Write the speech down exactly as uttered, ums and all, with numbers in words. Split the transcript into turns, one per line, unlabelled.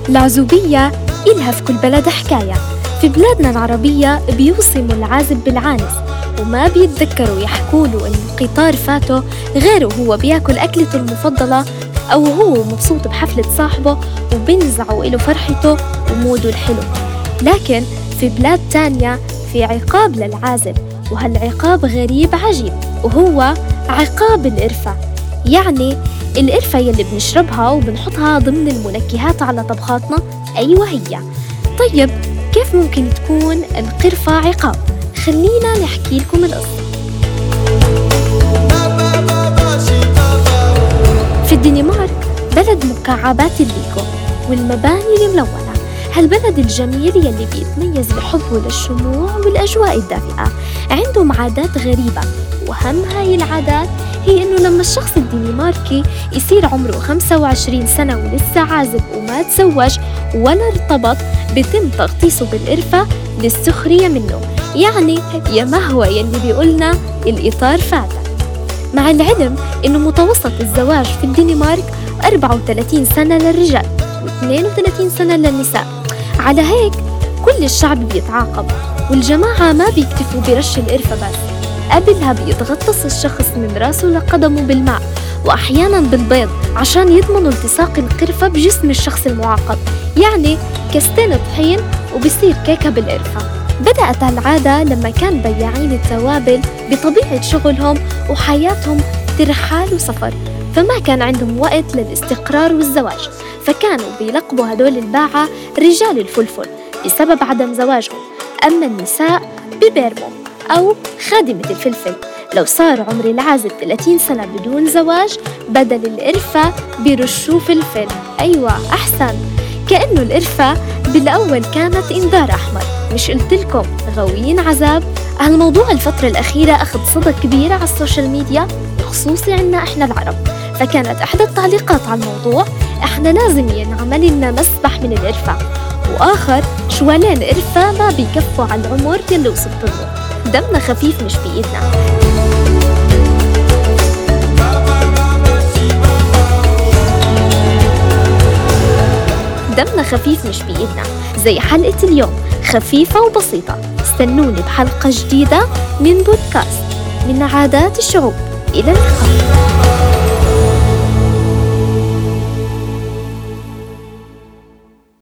العزوبية إلها في كل بلد حكاية. في بلادنا العربية بيوصموا العازب بالعانس وما بيتذكروا يحكوله إن القطار فاته غيره هو بياكل أكلته المفضلة أو هو مبسوط بحفلة صاحبه وبنزعوا إله فرحته وموده الحلو. لكن في بلاد تانية في عقاب للعازب، وهالعقاب غريب عجيب، وهو عقاب القرفة. يعني القرفة يلي بنشربها وبنحطها ضمن المنكهات على طبخاتنا. أيوة هي. طيب كيف ممكن تكون القرفة عقاب؟ خلينا نحكي لكم القصة. في الدنمارك بلد مكعبات الليكو والمباني الملونة، هالبلد الجميل يلي بيتميز بحبه للشموع والأجواء الدافئة. عندهم عادات غريبة، وأهم هاي العادات هي إنه لما الشخص الدنماركي يصير عمره خمسة وعشرين سنة ولسه عازب وما تزوج ولا ارتبط بيتم تغطيسه بالقرفة للسخرية منه. يعني يا ما هو يلي بيقولنا الإطار فاتك. مع العلم إنه متوسط الزواج في الدنمارك أربعة وثلاثين سنة للرجال واثنين وثلاثين سنة للنساء. على هيك كل الشعب بيتعاقب، والجماعة ما بيكتفوا برش القرفة بس، قبلها بيتغطس الشخص من راسه لقدمه بالماء وأحياناً بالبيض عشان يضمنوا التصاق القرفة بجسم الشخص المعاقب. يعني كستين طحين وبصير كيكة بالقرفة. بدأت العادة لما كان بياعين التوابل بطبيعة شغلهم وحياتهم ترحال وسفر، فما كان عندهم وقت للاستقرار والزواج، فكانوا بيلقبوا هدول الباعة رجال الفلفل بسبب عدم زواجهم. أما النساء ببيرمو أو خادمة الفلفل. لو صار عمر العازب ثلاثين سنة بدون زواج، بدل القرفة بيرشوه فلفل. أيوة أحسن. كأنه القرفة بالأول كانت إنذار أحمر. مش قلتلكم غاويين عذاب؟ هالموضوع الفترة الأخيرة أخذ صدى كبيرة على السوشيال ميديا، خصوصي عنا إحنا العرب. فكانت أحد التعليقات على الموضوع: إحنا لازم ينعمل لنا مسبح من القرفة، وآخر شوالين قرفة ما بيكفوا على العمر يلي وصلت له. دمنا خفيف مش بإيدنا. دمنا خفيف مش بإيدنا زي حلقة اليوم، خفيفة وبسيطة. استنوني بحلقة جديدة من بودكاست من عادات الشعوب. إلى اللقاء.